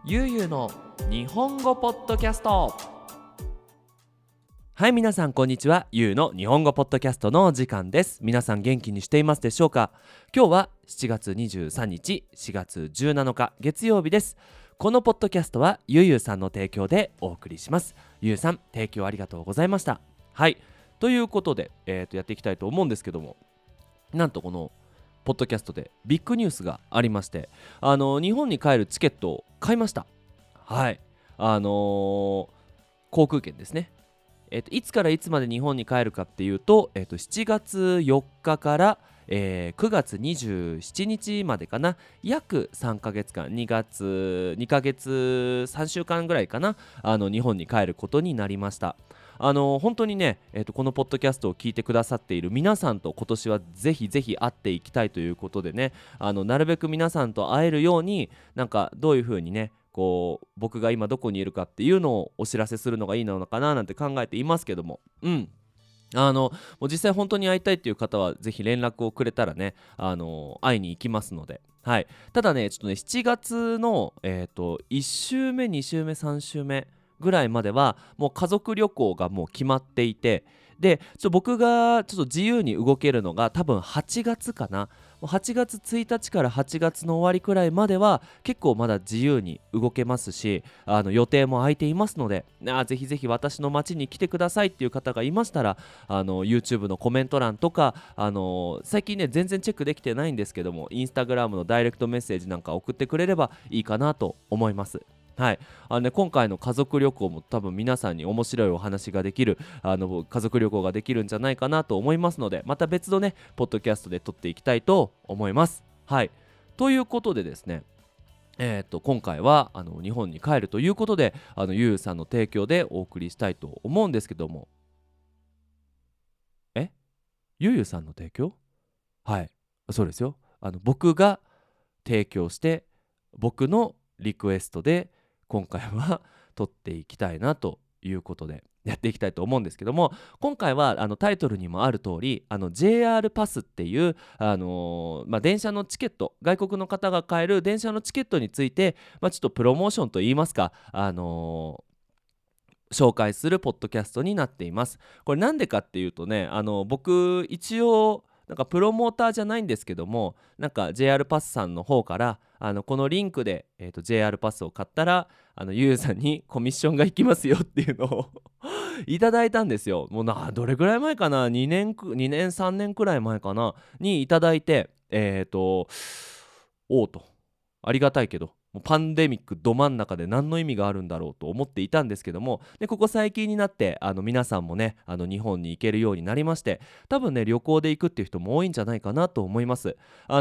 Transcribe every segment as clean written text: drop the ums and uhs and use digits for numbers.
ゆうゆうの日本語ポッドキャスト。はい、皆さんこんにちは。ゆうの日本語ポッドキャストの時間です。皆さん元気にしていますでしょうか？今日は7月23日4月17日月曜日です。このポッドキャストはゆうゆうさんの提供でお送りします。ゆうさん、提供ありがとうございました。はい、ということで、やっていきたいと思うんですけども、なんとこのポッドキャストでビッグニュースがありまして、日本に帰るチケットを買いました。はい、航空券ですね。いつからいつまで日本に帰るかっていうと、7月4日から、9月27日までかな。約3ヶ月間、2ヶ月3週間ぐらいかな、日本に帰ることになりました。本当にね、このポッドキャストを聞いてくださっている皆さんと今年はぜひぜひ会っていきたいということでね、なるべく皆さんと会えるように、なんかどういう風にね、こう僕が今どこにいるかっていうのをお知らせするのがいいのかななんて考えていますけども、もう実際本当に会いたいっていう方はぜひ連絡をくれたらね、会いに行きますので、はい。ただね、ちょっとね、7月の、1週目2週目3週目ぐらいまではもう家族旅行がもう決まっていて、で僕がちょっと自由に動けるのが多分8月かな。もう8月1日から8月の終わりくらいまでは結構まだ自由に動けますし、予定も空いていますので、ぜひぜひ私の街に来てくださいっていう方がいましたら、YouTube のコメント欄とか、最近ね全然チェックできてないんですけども、Instagram のダイレクトメッセージなんか送ってくれればいいかなと思います。はい。今回の家族旅行も多分皆さんに面白いお話ができる、家族旅行ができるんじゃないかなと思いますので、また別のねポッドキャストで撮っていきたいと思います。はい。ということでですね、今回は日本に帰るということで、ゆうさんの提供でお送りしたいと思うんですけども、ゆうさんの提供？はい、そうですよ。僕が提供して僕のリクエストで今回は撮っていきたいなということでやっていきたいと思うんですけども、今回はタイトルにもある通りJR パスっていう、電車のチケット、外国の方が買える電車のチケットについて、ちょっとプロモーションといいますか、紹介するポッドキャストになっています。これなんでかっていうとね、僕一応なんかプロモーターじゃないんですけども、なんか JR パスさんの方からこのリンクで、JR パスを買ったらユーザーにコミッションがいきますよっていうのをいただいたんですよ。もうどれぐらい前かな、2年3年くらい前かなにいただいて、おうと、ありがたいけどもうパンデミックど真ん中で何の意味があるんだろうと思っていたんですけども、でここ最近になって皆さんもね日本に行けるようになりまして、多分ね旅行で行くっていう人も多いんじゃないかなと思います。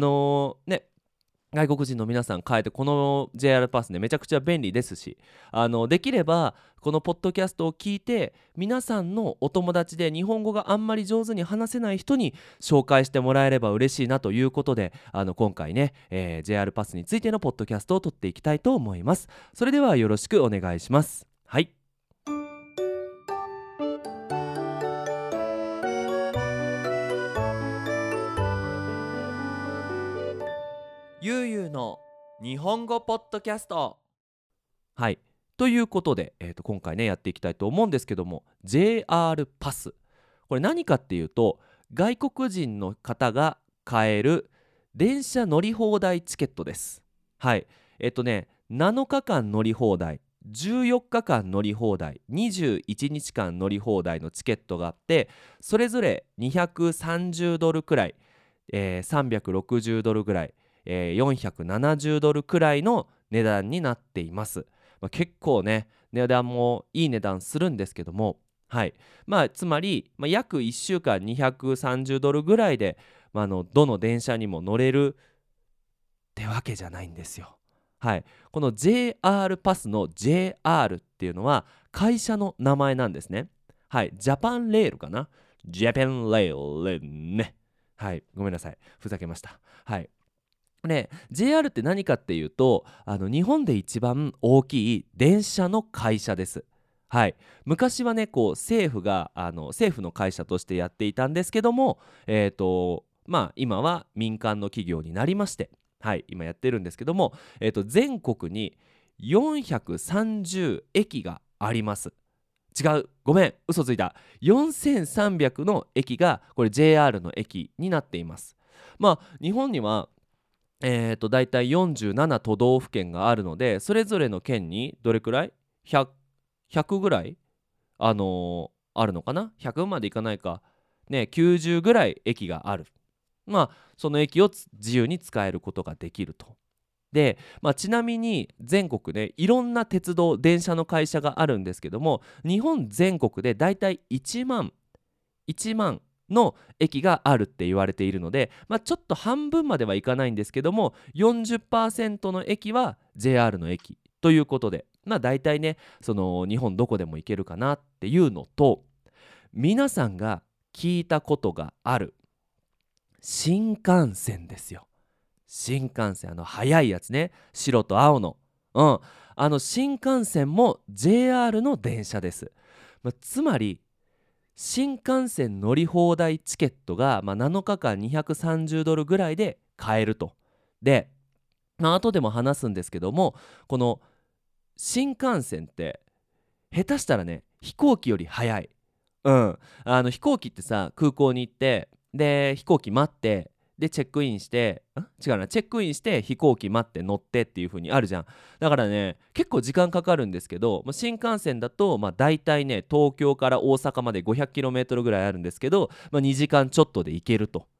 外国人の皆さん変えてこの JR パスねめちゃくちゃ便利ですし、できればこのポッドキャストを聞いて皆さんのお友達で日本語があんまり上手に話せない人に紹介してもらえれば嬉しいなということで、今回ね、JR パスについてのポッドキャストを撮っていきたいと思います。それではよろしくお願いします。はい。ゆうゆうの日本語ポッドキャスト。はい。ということで、今回ねやっていきたいと思うんですけども、 JR パス、これ何かっていうと、外国人の方が買える電車乗り放題チケットです。はい。7日間乗り放題、14日間乗り放題、21日間乗り放題のチケットがあって、それぞれ230ドルくらい、360ドルぐらい、470ドルくらいの値段になっています。結構ね値段もいい値段するんですけども、はい。つまり、約1週間230ドルぐらいで、どの電車にも乗れるってわけじゃないんですよ。はい。この JR パスの JR っていうのは会社の名前なんですね。はい。ジャパンレールかな、ジャパンレールね。はい。ごめんなさい、ふざけました。はい。で JR って何かっていうと、日本で一番大きい電車の会社です。はい。昔はねこう政府の会社としてやっていたんですけども、今は民間の企業になりまして、はい、今やってるんですけども、全国に 430駅があります。違う、ごめん、嘘ついた。4300の駅がこれ JR の駅になっています。日本にはだいたい47都道府県があるので、それぞれの県にどれくらい 100, ぐらい、あるのかな。100までいかないかね。90ぐらい駅がある。その駅を自由に使えることができると。で、ちなみに全国でいろんな鉄道電車の会社があるんですけども、日本全国でだいたい1万の駅があるって言われているので、ちょっと半分まではいかないんですけども、 40% の駅は JR の駅ということで、だいたいね、その日本どこでも行けるかなっていうのと、皆さんが聞いたことがある新幹線ですよ。新幹線、速いやつね、白と青の、新幹線も JR の電車です。つまり新幹線乗り放題チケットが、7日間$230ぐらいで買えると。で、後でも話すんですけども、この新幹線って下手したらね、飛行機より早い。飛行機ってさ、空港に行って、で飛行機待って、でチェックインして、チェックインして飛行機待って乗ってっていう風にあるじゃん。だからね、結構時間かかるんですけど、新幹線だとだいたいね、東京から大阪まで 500km ぐらいあるんですけど、2時間ちょっとで行けると。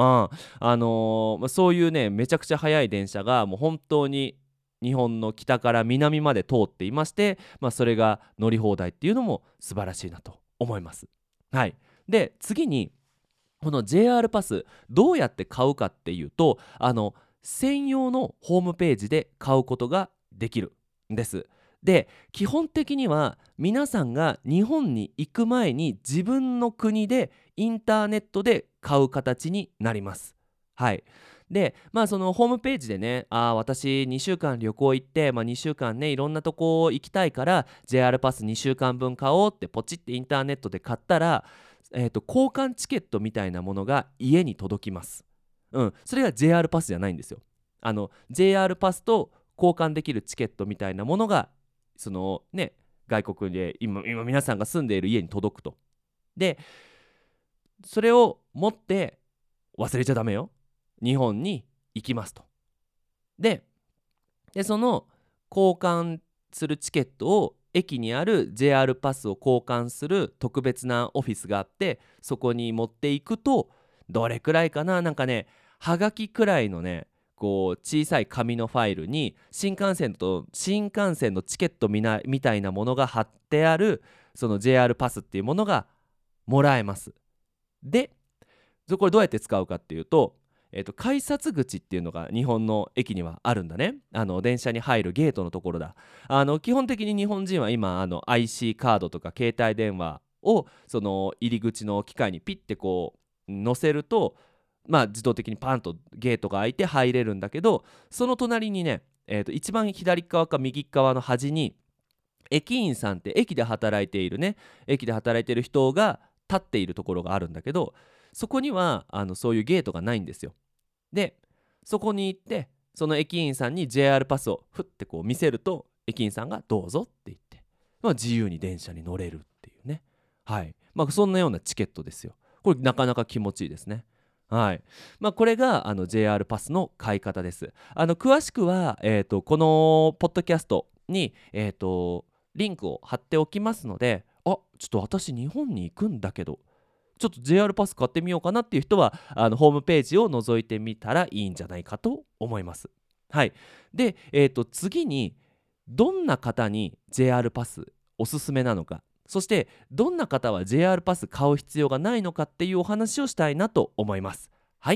そういうね、めちゃくちゃ速い電車がもう本当に日本の北から南まで通っていまして、それが乗り放題っていうのも素晴らしいなと思います。はい。で、次にこの JR パスどうやって買うかっていうと、専用のホームページで買うことができるんです。で、基本的には皆さんが日本に行く前に自分の国でインターネットで買う形になります。はい。で、そのホームページでね、私2週間旅行行って、2週間ね、いろんなとこ行きたいから JR パス2週間分買おうってポチってインターネットで買ったら、交換チケットみたいなものが家に届きます。それが JR パスじゃないんですよ。JR パスと交換できるチケットみたいなものが、そのね、外国で今皆さんが住んでいる家に届くと。で、それを持って忘れちゃダメよ。日本に行きますと。で、その交換するチケットを駅にある JR パスを交換する特別なオフィスがあって、そこに持っていくと、どれくらいかな、なんかね、はがきくらいのね、こう小さい紙のファイルに新幹線のチケットみたいなものが貼ってある、その JR パスっていうものがもらえます。で、これどうやって使うかっていうと、改札口っていうのが日本の駅にはあるんだね。電車に入るゲートのところだ。基本的に日本人は今IC カードとか携帯電話をその入り口の機械にピッてこう乗せると、自動的にパンとゲートが開いて入れるんだけど、その隣にね、一番左側か右側の端に駅員さんって駅で働いている人が立っているところがあるんだけど、そこにはそういうゲートがないんですよ。で、そこに行ってその駅員さんに JR パスをふってこう見せると、駅員さんがどうぞって言って、自由に電車に乗れるっていうね。はい。そんなようなチケットですよ。これなかなか気持ちいいですね。はい。これがJR パスの買い方です。詳しくは、このポッドキャストに、リンクを貼っておきますので、ちょっと私日本に行くんだけど、ちょっと JR パス買ってみようかなっていう人はホームページを覗いてみたらいいんじゃないかと思います。はい。で、次にどんな方に JR パスおすすめなのか、そしてどんな方は JR パス買う必要がないのかっていうお話をしたいなと思います。はい。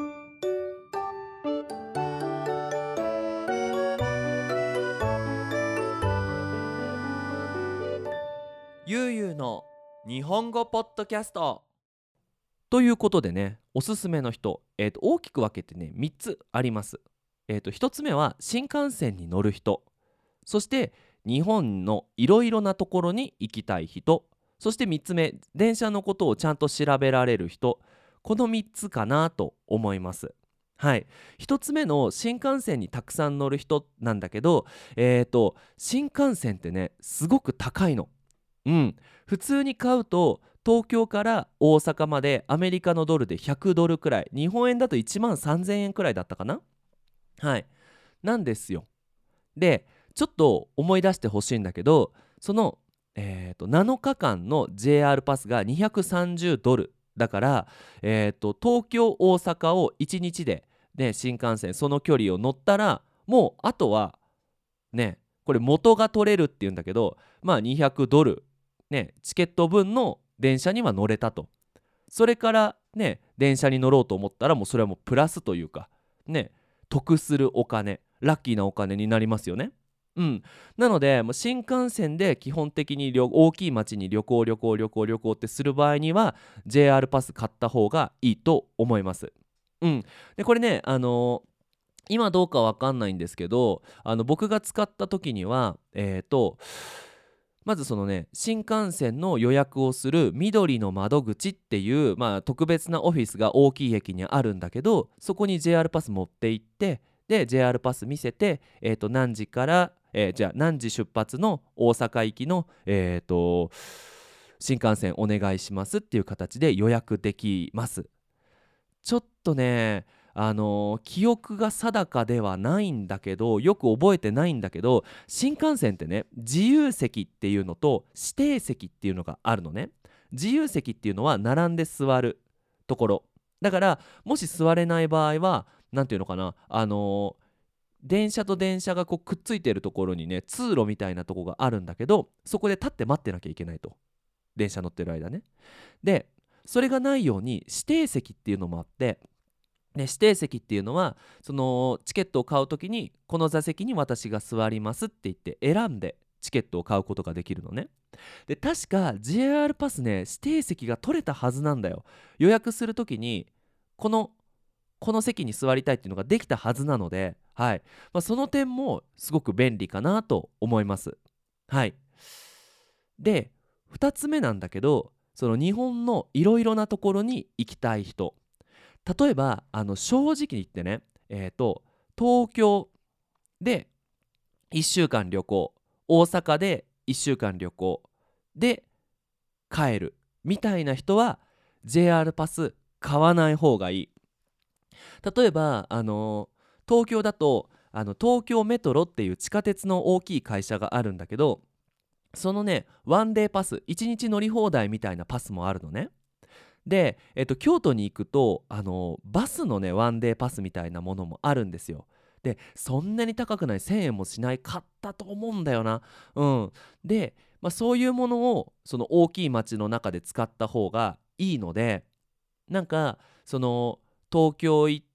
ゆうゆうの日本語ポッドキャストということでね、おすすめの人、大きく分けてね3つあります。1つ目は新幹線に乗る人、そして日本のいろいろなところに行きたい人、そして3つ目、電車のことをちゃんと調べられる人。この3つかなと思います。 はい、一つ目の新幹線にたくさん乗る人なんだけど、新幹線ってねすごく高いの。うん、普通に買うと東京から大阪までアメリカのドルで100ドルくらい、日本円だと1万3000円くらいだったかな。はい、なんですよ。でちょっと思い出してほしいんだけど、その、7日間の JR パスが230ドルだから、東京大阪を1日で、ね、新幹線その距離を乗ったらもうあとはね、これ元が取れるっていうんだけど、まあ200ドル、ね、チケット分の電車には乗れたと。それからね電車に乗ろうと思ったらもうそれはもうプラスというかね、得するお金、ラッキーなお金になりますよね。うん、なのでもう新幹線で基本的に大きい街に旅行ってする場合には JR パス買った方がいいと思います。うん、でこれね、今どうかわかんないんですけど、僕が使った時にはまずそのね新幹線の予約をする緑の窓口っていう、まあ、特別なオフィスが大きい駅にあるんだけど、そこに JR パス持って行って、で JR パス見せて、何時から、じゃあ何時出発の大阪行きの、新幹線お願いしますっていう形で予約できます。ちょっとね記憶が定かではないんだけど、よく覚えてないんだけど、新幹線ってね自由席っていうのと指定席っていうのがあるのね。自由席っていうのは並んで座るところだから、もし座れない場合はなんていうのかな、電車と電車がこうくっついてるところにね通路みたいなとこがあるんだけど、そこで立って待ってなきゃいけないと、電車乗ってる間ね。でそれがないように指定席っていうのもあって、で指定席っていうのはそのチケットを買うときにこの座席に私が座りますって言って選んでチケットを買うことができるのね。で確か JR パスね指定席が取れたはずなんだよ。予約するときにこのこの席に座りたいっていうのができたはずなので、はい、その点もすごく便利かなと思います。はい。で2つ目なんだけど、その日本のいろいろなところに行きたい人、例えば正直に言ってね、東京で1週間旅行、大阪で1週間旅行で帰るみたいな人は JR パス買わない方がいい。例えば東京だと東京メトロっていう地下鉄の大きい会社があるんだけど、そのねワンデーパス1日乗り放題みたいなパスもあるのね。で、京都に行くとバスのねワンデーパスみたいなものもあるんですよ。でそんなに高くない1000円もしないかったと思うんだよな。うん、で、そういうものをその大きい町の中で使った方がいいので、なんかその東京行って、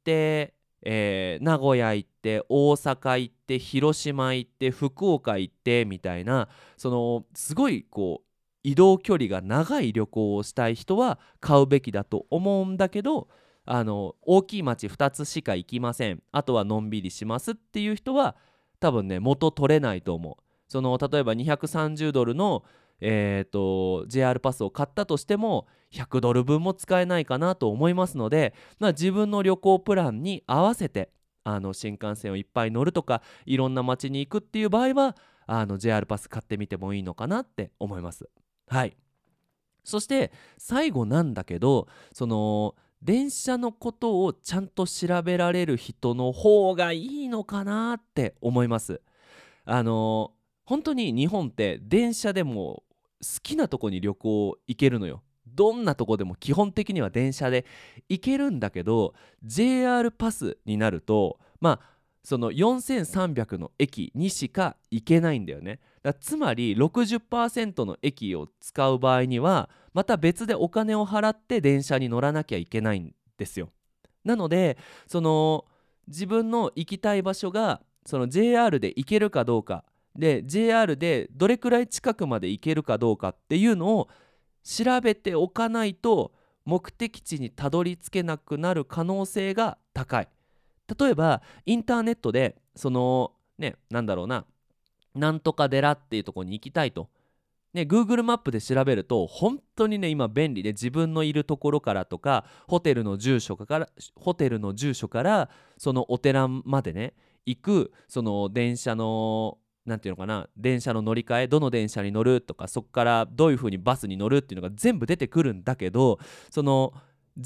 名古屋行って大阪行って広島行って福岡行ってみたいな、そのすごいこう移動距離が長い旅行をしたい人は買うべきだと思うんだけど、大きい町2つしか行きません、あとはのんびりしますっていう人は多分ね元取れないと思う。その例えば230ドルのJR パスを買ったとしても100ドル分も使えないかなと思いますので、自分の旅行プランに合わせて新幹線をいっぱい乗るとかいろんな街に行くっていう場合はJR パス買ってみてもいいのかなって思います。はい。そして最後なんだけど、その電車のことをちゃんと調べられる人の方がいいのかなって思います。本当に日本って電車でも好きなとこに旅行行けるのよ。どんなとこでも基本的には電車で行けるんだけど、 JR パスになるとその4300の駅にしか行けないんだよね。つまり 60% の駅を使う場合にはまた別でお金を払って電車に乗らなきゃいけないんですよ。なのでその自分の行きたい場所がその JR で行けるかどうかで JR でどれくらい近くまで行けるかどうかっていうのを調べておかないと目的地にたどり着けなくなる可能性が高い。例えばインターネットでそのねなんだろうな、なんとか寺っていうところに行きたいと。 ね、Google マップで調べると本当にね今便利で、自分のいるところからとかホテルの住所からそのお寺までね行く、その電車のなんていうのかな、電車の乗り換え、どの電車に乗るとか、そこからどういう風にバスに乗るっていうのが全部出てくるんだけど、その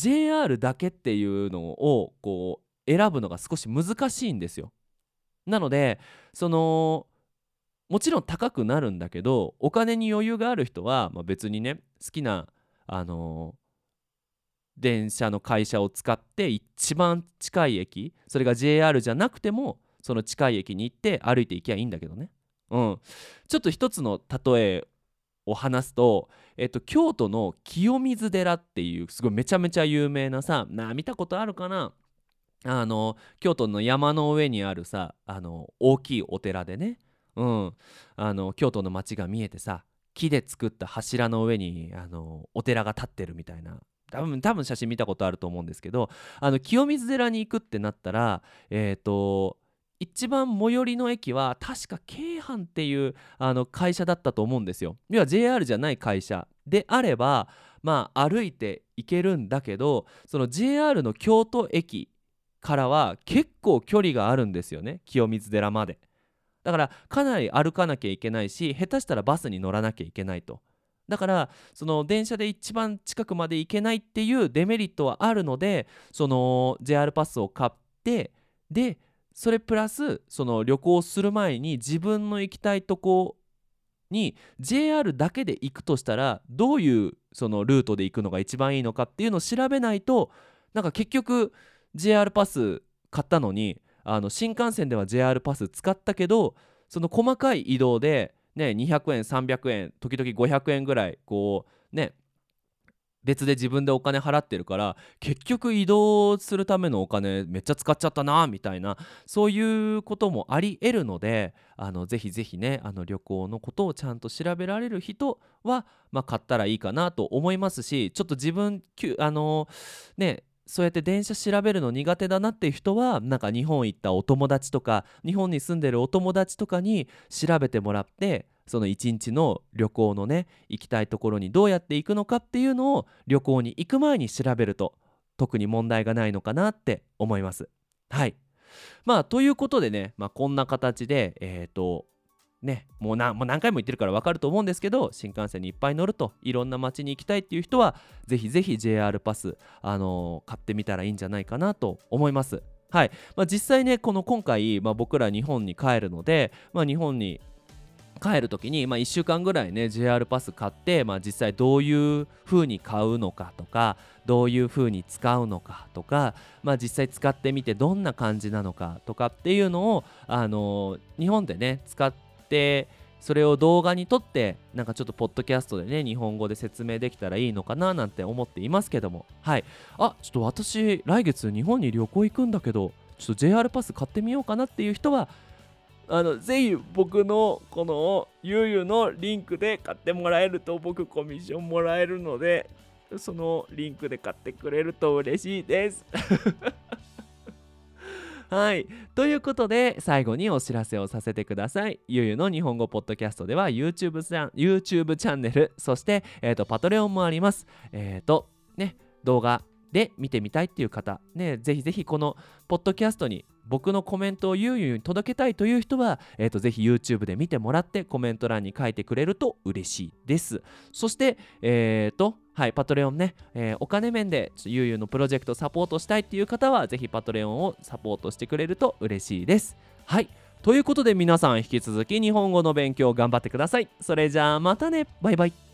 JR だけっていうのをこう選ぶのが少し難しいんですよ。なのでそのもちろん高くなるんだけど、お金に余裕がある人は、別にね好きなあの電車の会社を使って一番近い駅、それが JR じゃなくてもその近い駅に行って歩いて行きゃいいんだけどね。ちょっと一つの例えを話すと、京都の清水寺っていうすごいめちゃめちゃ有名なさ、見たことあるかな、京都の山の上にあるさ、大きいお寺でね、京都の街が見えてさ、木で作った柱の上にお寺が建ってるみたいな、多分写真見たことあると思うんですけど、清水寺に行くってなったら、一番最寄りの駅は確か京阪っていう会社だったと思うんですよ。要は JR じゃない会社であれば歩いて行けるんだけど、その JR の京都駅からは結構距離があるんですよね、清水寺まで。だからかなり歩かなきゃいけないし、下手したらバスに乗らなきゃいけないと。だからその電車で一番近くまで行けないっていうデメリットはあるので、その JR パスを買って、でそれプラスその旅行する前に自分の行きたいとこに JR だけで行くとしたら、どういうそのルートで行くのが一番いいのかっていうのを調べないと、なんか結局 JR パス買ったのに新幹線では JR パス使ったけど、その細かい移動でね200円300円時々500円ぐらいこうね別で自分でお金払ってるから、結局移動するためのお金めっちゃ使っちゃったなみたいな、そういうこともありえるので、ぜひぜひね旅行のことをちゃんと調べられる人は、買ったらいいかなと思いますし、ちょっと自分そうやって電車調べるの苦手だなっていう人は、なんか日本行ったお友達とか日本に住んでるお友達とかに調べてもらって、その一日の旅行のね行きたいところにどうやって行くのかっていうのを旅行に行く前に調べると特に問題がないのかなって思います。はい。ということでね、こんな形でもう何回も言ってるから分かると思うんですけど、新幹線にいっぱい乗るといろんな街に行きたいっていう人はぜひぜひ JR パス、買ってみたらいいんじゃないかなと思います。はい。実際ね今回、僕ら日本に帰るので、日本に帰る時に、1週間ぐらいね JR パス買って、実際どういう風に買うのかとか、どういう風に使うのかとか、実際使ってみてどんな感じなのかとかっていうのを日本でね使って、それを動画に撮って、なんかちょっとポッドキャストでね日本語で説明できたらいいのかななんて思っていますけども、はい。ちょっと私来月日本に旅行行くんだけど、ちょっと JR パス買ってみようかなっていう人はぜひ僕のこのゆうゆのリンクで買ってもらえると僕コミッションもらえるので、そのリンクで買ってくれると嬉しいですはい。ということで最後にお知らせをさせてください。ゆうゆの日本語ポッドキャストでは YouTube チャンネル、そして、パトレオンもあります。動画で見てみたいっていう方ね、ぜひぜひこのポッドキャストに僕のコメントをゆうゆうに届けたいという人は、ぜひ YouTube で見てもらってコメント欄に書いてくれると嬉しいです。そしてはい、パトレオンね、お金面でゆうゆうのプロジェクトサポートしたいっていう方はぜひパトレオンをサポートしてくれると嬉しいです。はい、ということで皆さん引き続き日本語の勉強頑張ってください。それじゃあまたね、バイバイ。